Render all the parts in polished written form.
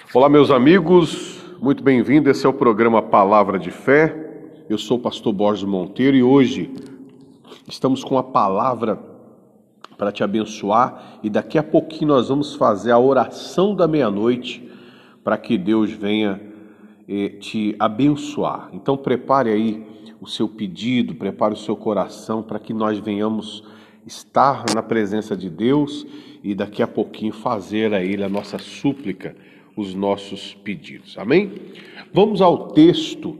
Olá, meus amigos, muito bem-vindo. Esse é o programa Palavra de Fé. Eu sou o pastor Borges Monteiro e hoje estamos com a palavra para te abençoar e daqui a pouquinho nós vamos fazer a oração da meia-noite para que Deus venha te abençoar. Então prepare aí o seu pedido, prepare o seu coração para que nós venhamos estar na presença de Deus e daqui a pouquinho fazer a Ele a nossa súplica, os nossos pedidos. Amém? Vamos ao texto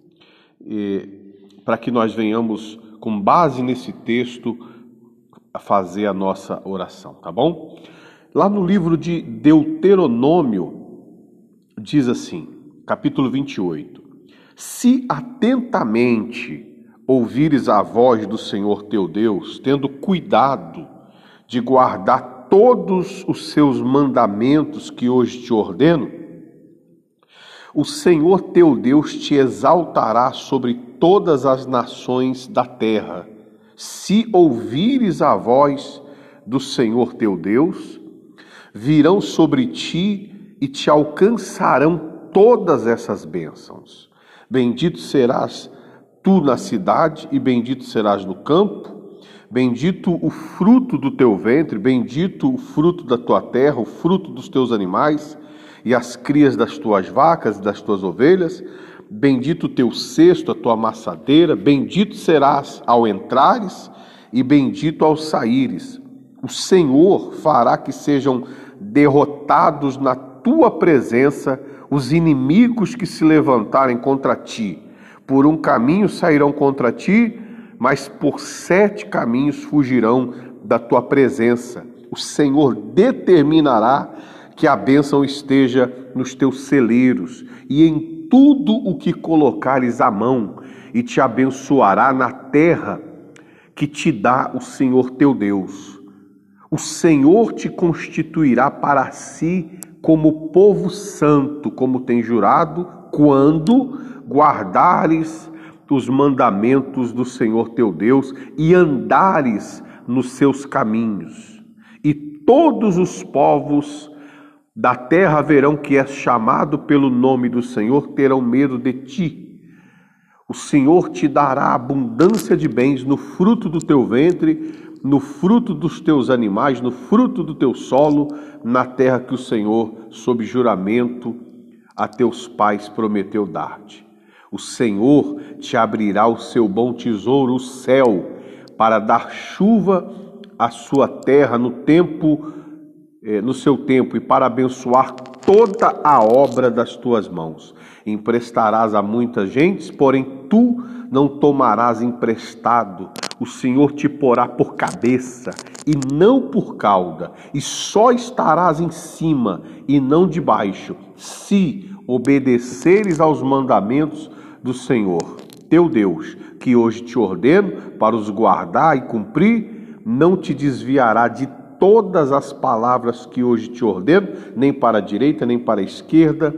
para que nós venhamos, com base nesse texto, a fazer a nossa oração, tá bom? Lá no livro de Deuteronômio, diz assim, capítulo 28, se atentamente ouvires a voz do Senhor teu Deus, tendo cuidado de guardar todos os seus mandamentos que hoje te ordeno, o Senhor teu Deus te exaltará sobre todas as nações da terra. Se ouvires a voz do Senhor teu Deus, virão sobre ti e te alcançarão todas essas bênçãos. Bendito serás tu na cidade e bendito serás no campo. Bendito o fruto do teu ventre, bendito o fruto da tua terra, o fruto dos teus animais e as crias das tuas vacas e das tuas ovelhas. Bendito o teu cesto, a tua amassadeira, bendito serás ao entrares e bendito ao saíres. O Senhor fará que sejam derrotados na tua presença os inimigos que se levantarem contra ti. Por um caminho sairão contra ti, mas por 7 caminhos fugirão da tua presença. O Senhor determinará que a bênção esteja nos teus celeiros e em tudo o que colocares a mão, e te abençoará na terra que te dá o Senhor teu Deus. O Senhor te constituirá para si como povo santo, como tem jurado, quando guardares os mandamentos do Senhor teu Deus e andares nos seus caminhos. E todos os povos da terra verão que és chamado pelo nome do Senhor, terão medo de ti. O Senhor te dará abundância de bens no fruto do teu ventre, no fruto dos teus animais, no fruto do teu solo, na terra que o Senhor, sob juramento, a teus pais prometeu dar-te. O Senhor te abrirá o seu bom tesouro, o céu, para dar chuva à sua terra no seu tempo, e para abençoar toda a obra das tuas mãos. Emprestarás a muitas gentes, porém tu não tomarás emprestado. O Senhor te porá por cabeça e não por cauda, e só estarás em cima e não debaixo, se obedeceres aos mandamentos do Senhor teu Deus, que hoje te ordeno para os guardar e cumprir. Não te desviará de todas as palavras que hoje te ordeno, nem para a direita, nem para a esquerda,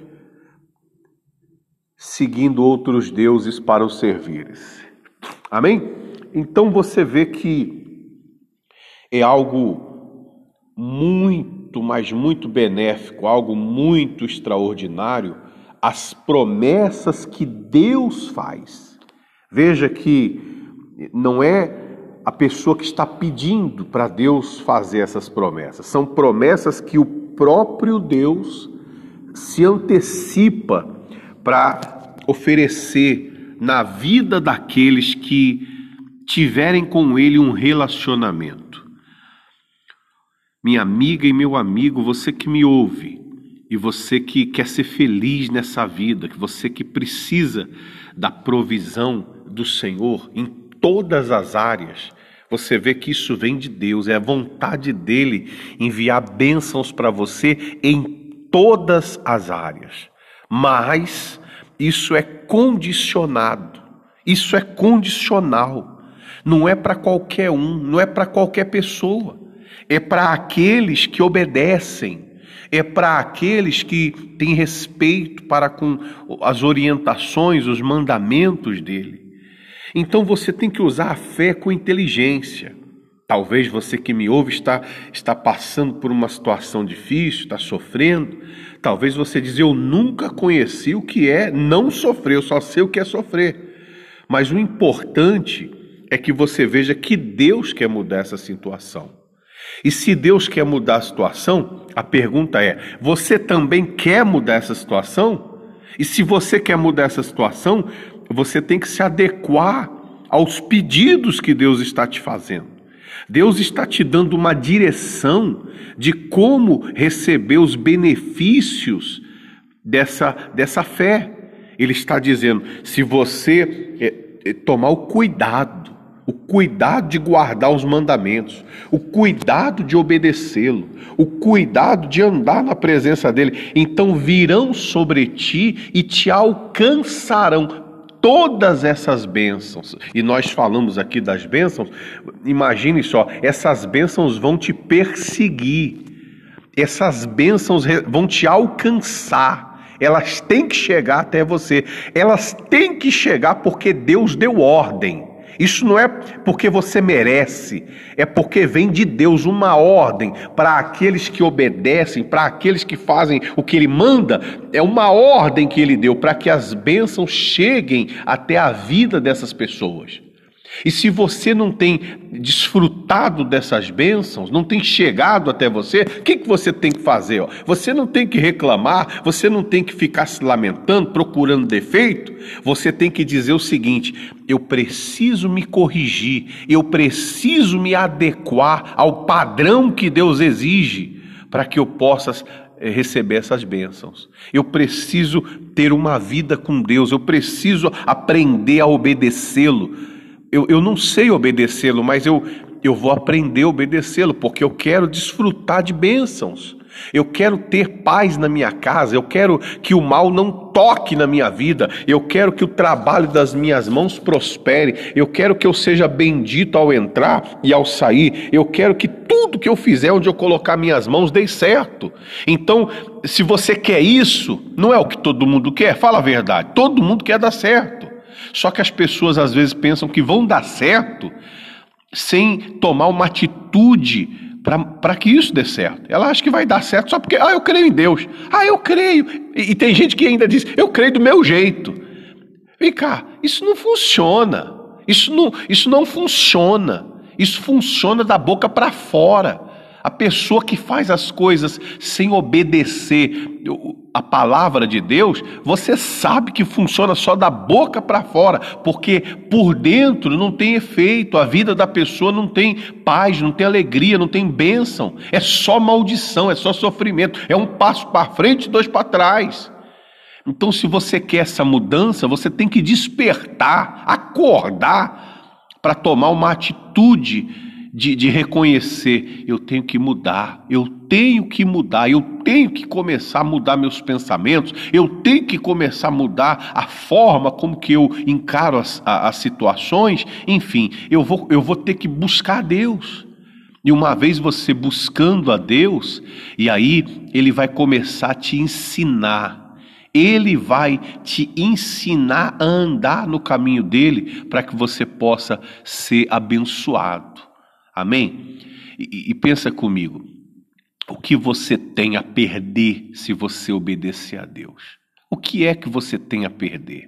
seguindo outros deuses para os servires. Amém? Então você vê que é algo muito, mas muito benéfico, algo muito extraordinário, as promessas que Deus faz. Veja que não é a pessoa que está pedindo para Deus fazer essas promessas. São promessas que o próprio Deus se antecipa para oferecer na vida daqueles que tiverem com Ele um relacionamento. Minha amiga e meu amigo, você que me ouve, e você que quer ser feliz nessa vida, que você que precisa da provisão do Senhor em todas as áreas, você vê que isso vem de Deus, é a vontade dele enviar bênçãos para você em todas as áreas. Mas isso é condicionado, isso é condicional, não é para qualquer um, não é para qualquer pessoa, é para aqueles que obedecem, é para aqueles que têm respeito para com as orientações, os mandamentos dele. Então você tem que usar a fé com inteligência, tá Talvez você que me ouve está passando por uma situação difícil, está sofrendo. Talvez você diz, eu nunca conheci o que é não sofrer, eu só sei o que é sofrer. Mas o importante é que você veja que Deus quer mudar essa situação. E se Deus quer mudar a situação, a pergunta é, você também quer mudar essa situação? E se você quer mudar essa situação, você tem que se adequar aos pedidos que Deus está te fazendo. Deus está te dando uma direção de como receber os benefícios dessa fé. Ele está dizendo, se você tomar o cuidado de guardar os mandamentos, o cuidado de obedecê-lo, o cuidado de andar na presença dele, então virão sobre ti e te alcançarão todas essas bênçãos. E nós falamos aqui das bênçãos, imagine só, essas bênçãos vão te perseguir, essas bênçãos vão te alcançar, elas têm que chegar até você, elas têm que chegar porque Deus deu ordem. Isso não é porque você merece, é porque vem de Deus uma ordem para aqueles que obedecem, para aqueles que fazem o que Ele manda, é uma ordem que Ele deu para que as bênçãos cheguem até a vida dessas pessoas. E se você não tem desfrutado dessas bênçãos, não tem chegado até você, o que você tem que fazer? Você não tem que reclamar, você não tem que ficar se lamentando, procurando defeito. Você tem que dizer o seguinte, eu preciso me corrigir, eu preciso me adequar ao padrão que Deus exige para que eu possa receber essas bênçãos. Eu preciso ter uma vida com Deus, eu preciso aprender a obedecê-lo. Eu não sei obedecê-lo, mas eu vou aprender a obedecê-lo, porque eu quero desfrutar de bênçãos. Eu quero ter paz na minha casa, eu quero que o mal não toque na minha vida, eu quero que o trabalho das minhas mãos prospere, eu quero que eu seja bendito ao entrar e ao sair, eu quero que tudo que eu fizer onde eu colocar minhas mãos dê certo. Então, se você quer isso, não é o que todo mundo quer, fala a verdade, todo mundo quer dar certo. Só que as pessoas às vezes pensam que vão dar certo sem tomar uma atitude para que isso dê certo. Ela acha que vai dar certo só porque, eu creio em Deus. Eu creio. E tem gente que ainda diz, eu creio do meu jeito. Vem cá, isso não funciona. Isso não funciona. Isso funciona da boca para fora. A pessoa que faz as coisas sem obedecer a palavra de Deus, você sabe que funciona só da boca para fora, porque por dentro não tem efeito, a vida da pessoa não tem paz, não tem alegria, não tem bênção, é só maldição, é só sofrimento, é um passo para frente e 2 para trás. Então, se você quer essa mudança, você tem que despertar, acordar para tomar uma atitude de reconhecer, eu tenho que mudar, eu tenho que começar a mudar meus pensamentos, eu tenho que começar a mudar a forma como que eu encaro as situações, enfim, eu vou ter que buscar a Deus. E uma vez você buscando a Deus, e aí Ele vai começar a te ensinar, Ele vai te ensinar a andar no caminho dEle, para que você possa ser abençoado. Amém? E pensa comigo, o que você tem a perder se você obedecer a Deus? O que é que você tem a perder?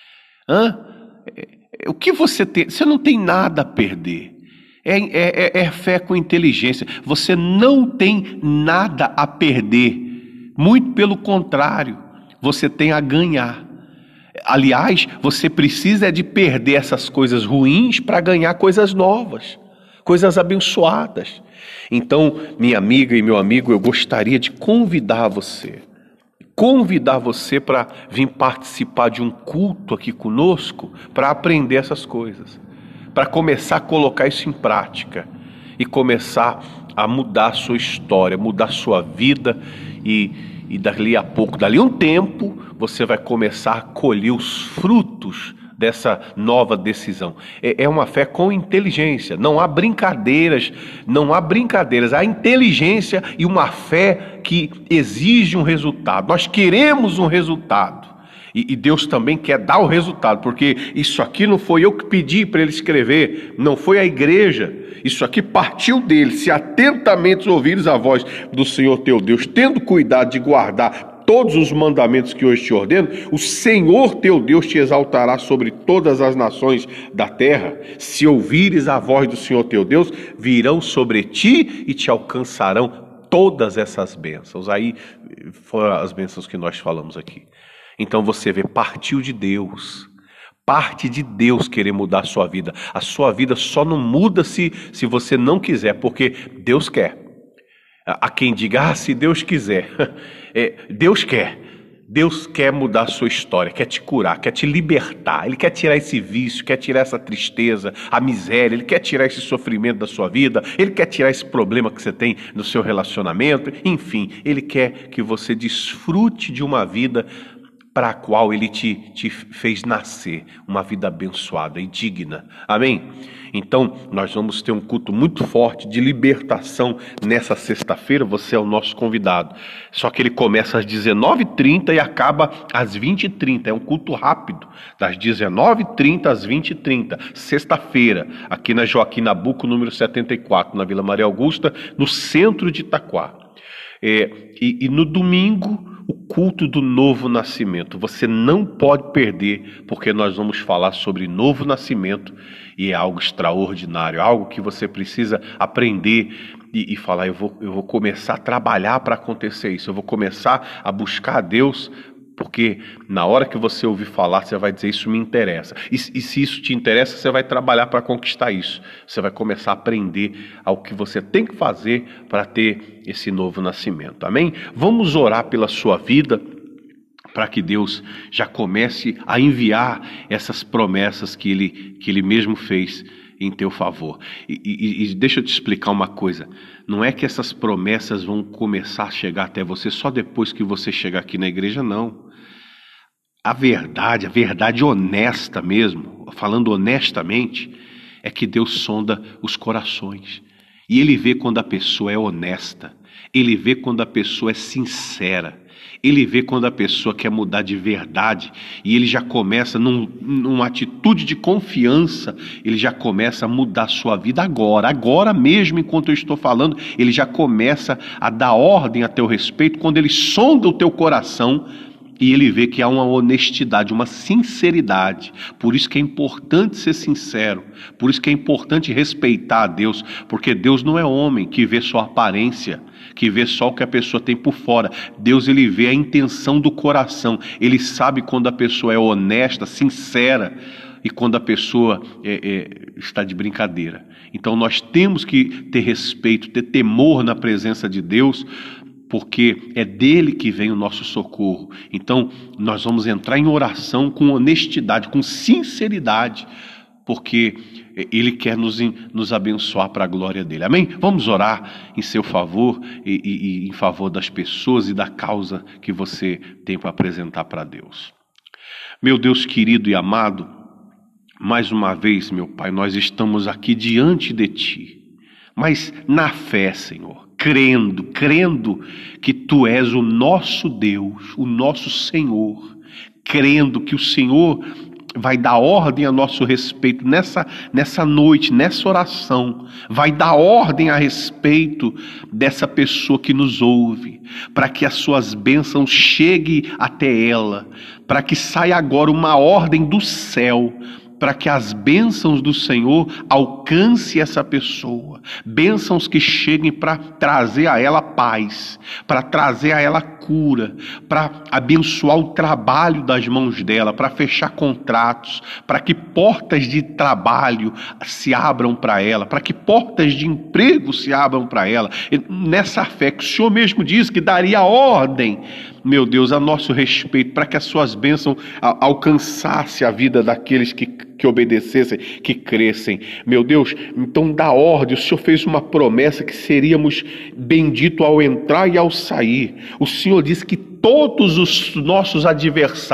O que você tem? Você não tem nada a perder. É fé com inteligência. Você não tem nada a perder. Muito pelo contrário, você tem a ganhar. Aliás, você precisa de perder essas coisas ruins para ganhar coisas novas. Coisas abençoadas. Então, minha amiga e meu amigo, eu gostaria de convidar você para vir participar de um culto aqui conosco, para aprender essas coisas, para começar a colocar isso em prática e começar a mudar a sua história, mudar a sua vida e dali a pouco, dali a um tempo, você vai começar a colher os frutos dessa nova decisão. É uma fé com inteligência, não há brincadeiras, há inteligência e uma fé que exige um resultado. Nós queremos um resultado E Deus também quer dar o resultado, porque isso aqui não foi eu que pedi para ele escrever, não foi a igreja, isso aqui partiu dele. Se atentamente ouvires a voz do Senhor teu Deus, tendo cuidado de guardar todos os mandamentos que hoje te ordeno, o Senhor teu Deus te exaltará sobre todas as nações da terra. Se ouvires a voz do Senhor teu Deus, virão sobre ti e te alcançarão todas essas bênçãos. Aí foram as bênçãos que nós falamos aqui. Então você vê, partiu de Deus. Parte de Deus querer mudar a sua vida. A sua vida só não muda se você não quiser, porque Deus quer. Há quem diga, se Deus quiser. Deus quer. Deus quer mudar a sua história, quer te curar, quer te libertar. Ele quer tirar esse vício, quer tirar essa tristeza, a miséria. Ele quer tirar esse sofrimento da sua vida. Ele quer tirar esse problema que você tem no seu relacionamento. Enfim, Ele quer que você desfrute de uma vida para a qual Ele te fez nascer, uma vida abençoada e digna. Amém? Então, nós vamos ter um culto muito forte de libertação nessa sexta-feira. Você é o nosso convidado. Só que ele começa às 19h30 e acaba às 20h30. É um culto rápido, das 19h30 às 20h30. Sexta-feira, aqui na Joaquim Nabuco, número 74, na Vila Maria Augusta, no centro de Itaquá. E no domingo, o culto do novo nascimento. Você não pode perder, porque nós vamos falar sobre novo nascimento e é algo extraordinário, algo que você precisa aprender e falar, eu vou começar a trabalhar para acontecer isso, eu vou começar a buscar a Deus, porque na hora que você ouvir falar, você vai dizer, isso me interessa. E se isso te interessa, você vai trabalhar para conquistar isso. Você vai começar a aprender ao que você tem que fazer para ter esse novo nascimento. Amém? Vamos orar pela sua vida, para que Deus já comece a enviar essas promessas que Ele mesmo fez em teu favor. E deixa eu te explicar uma coisa. Não é que essas promessas vão começar a chegar até você só depois que você chegar aqui na igreja, não. A verdade honesta mesmo, falando honestamente, é que Deus sonda os corações. E Ele vê quando a pessoa é honesta. Ele vê quando a pessoa é sincera. Ele vê quando a pessoa quer mudar de verdade. E Ele já começa numa atitude de confiança. Ele já começa a mudar a sua vida agora mesmo, enquanto eu estou falando. Ele já começa a dar ordem a teu respeito. Quando Ele sonda o teu coração e Ele vê que há uma honestidade, uma sinceridade. Por isso que é importante ser sincero. Por isso que é importante respeitar a Deus. Porque Deus não é homem que vê só a aparência, que vê só o que a pessoa tem por fora. Deus, Ele vê a intenção do coração. Ele sabe quando a pessoa é honesta, sincera, e quando a pessoa está de brincadeira. Então nós temos que ter respeito, ter temor na presença de Deus, porque é dele que vem o nosso socorro. Então nós vamos entrar em oração com honestidade, com sinceridade, porque Ele quer nos abençoar para a glória dele. Amém? Vamos orar em seu favor e em favor das pessoas e da causa que você tem para apresentar para Deus. Meu Deus querido e amado, mais uma vez, meu Pai, nós estamos aqui diante de Ti, mas na fé, Senhor, crendo que Tu és o nosso Deus, o nosso Senhor, crendo que o Senhor vai dar ordem a nosso respeito nessa noite, nessa oração, vai dar ordem a respeito dessa pessoa que nos ouve, para que as suas bênçãos cheguem até ela, para que saia agora uma ordem do céu, para que as bênçãos do Senhor alcance essa pessoa, bênçãos que cheguem para trazer a ela paz, para trazer a ela cura, para abençoar o trabalho das mãos dela, para fechar contratos, para que portas de trabalho se abram para ela, para que portas de emprego se abram para ela, nessa fé que o Senhor mesmo diz que daria ordem, meu Deus, a nosso respeito, para que as suas bênçãos alcançassem a vida daqueles que obedecessem, que crescem. Meu Deus, então dá ordem. O Senhor fez uma promessa que seríamos benditos ao entrar e ao sair. O Senhor disse que todos os nossos adversários,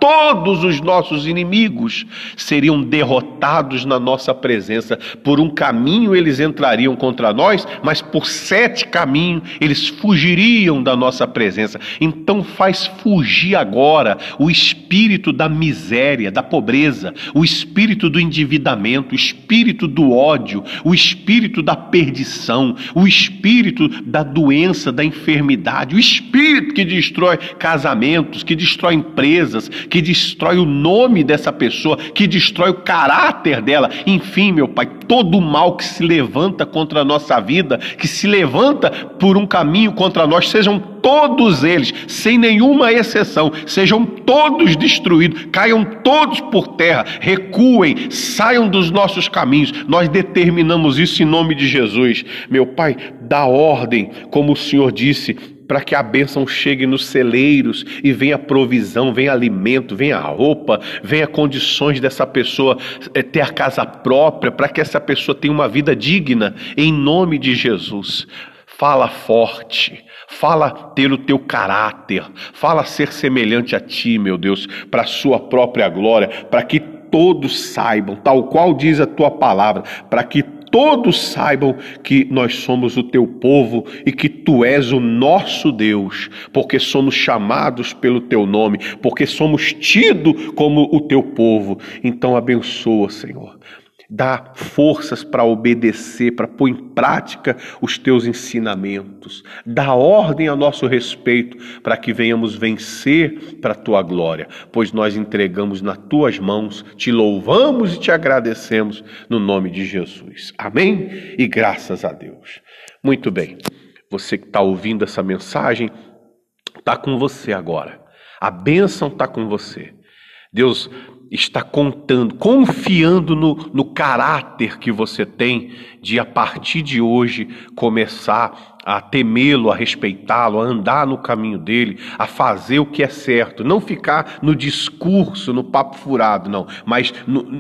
todos os nossos inimigos seriam derrotados na nossa presença. Por um caminho eles entrariam contra nós, mas por 7 caminhos eles fugiriam da nossa presença. Então faz fugir agora o espírito da miséria, da pobreza, o espírito do endividamento, o espírito do ódio, o espírito da perdição, o espírito da doença, da enfermidade, o espírito que destrói casamentos, que destrói empresas, que destrói o nome dessa pessoa, que destrói o caráter dela. Enfim, meu Pai, todo o mal que se levanta contra a nossa vida, que se levanta por um caminho contra nós, sejam todos eles, sem nenhuma exceção, sejam todos destruídos, caiam todos por terra, recuem, saiam dos nossos caminhos. Nós determinamos isso em nome de Jesus. Meu Pai, dá ordem, como o Senhor disse, para que a bênção chegue nos celeiros e venha provisão, venha alimento, venha roupa, venha condições dessa pessoa ter a casa própria, para que essa pessoa tenha uma vida digna, em nome de Jesus. Fala forte, fala ter o teu caráter, fala ser semelhante a ti, meu Deus, para a sua própria glória, para que todos saibam, tal qual diz a tua palavra, para que todos saibam que nós somos o teu povo e que tu és o nosso Deus, porque somos chamados pelo teu nome, porque somos tidos como o teu povo. Então abençoa, Senhor. Dá forças para obedecer, para pôr em prática os teus ensinamentos. Dá ordem a nosso respeito para que venhamos vencer para a tua glória, pois nós entregamos nas tuas mãos, te louvamos e te agradecemos no nome de Jesus. Amém? E graças a Deus. Muito bem, você que está ouvindo essa mensagem, está com você agora. A bênção está com você. Deus está contando, confiando no caráter que você tem de, a partir de hoje, começar a temê-lo, a respeitá-lo, a andar no caminho dele, a fazer o que é certo, não ficar no discurso, no papo furado, não, mas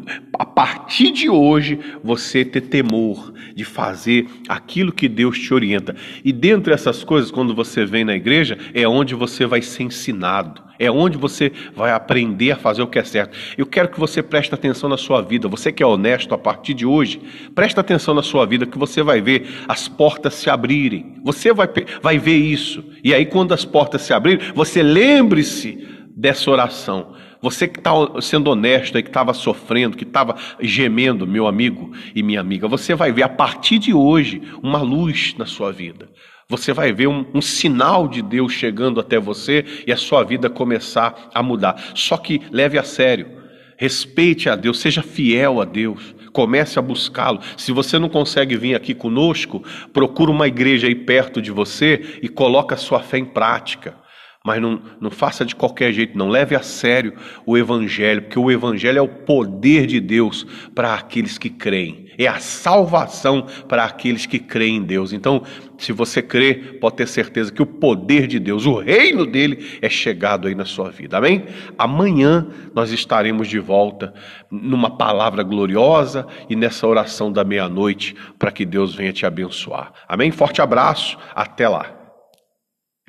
a partir de hoje você ter temor de fazer aquilo que Deus te orienta. E dentre essas coisas, quando você vem na igreja, é onde você vai ser ensinado, é onde você vai aprender a fazer o que é certo. Eu quero que você preste atenção na sua vida. Você que é honesto, a partir de hoje, presta atenção na sua vida, que você vai ver as portas se abrirem. Você vai ver isso. E aí, quando as portas se abrirem, você lembre-se dessa oração. Você que está sendo honesto aí, que estava sofrendo, que estava gemendo, meu amigo e minha amiga, você vai ver a partir de hoje uma luz na sua vida. Você vai ver um sinal de Deus chegando até você e a sua vida começar a mudar. Só que leve a sério, respeite a Deus, seja fiel a Deus, comece a buscá-lo. Se você não consegue vir aqui conosco, procura uma igreja aí perto de você e coloca a sua fé em prática. Mas não faça de qualquer jeito, não. Leve a sério o Evangelho, porque o Evangelho é o poder de Deus para aqueles que creem. É a salvação para aqueles que creem em Deus. Então, se você crê, pode ter certeza que o poder de Deus, o reino dele é chegado aí na sua vida. Amém? Amanhã nós estaremos de volta numa palavra gloriosa e nessa oração da meia-noite para que Deus venha te abençoar. Amém? Forte abraço, até lá.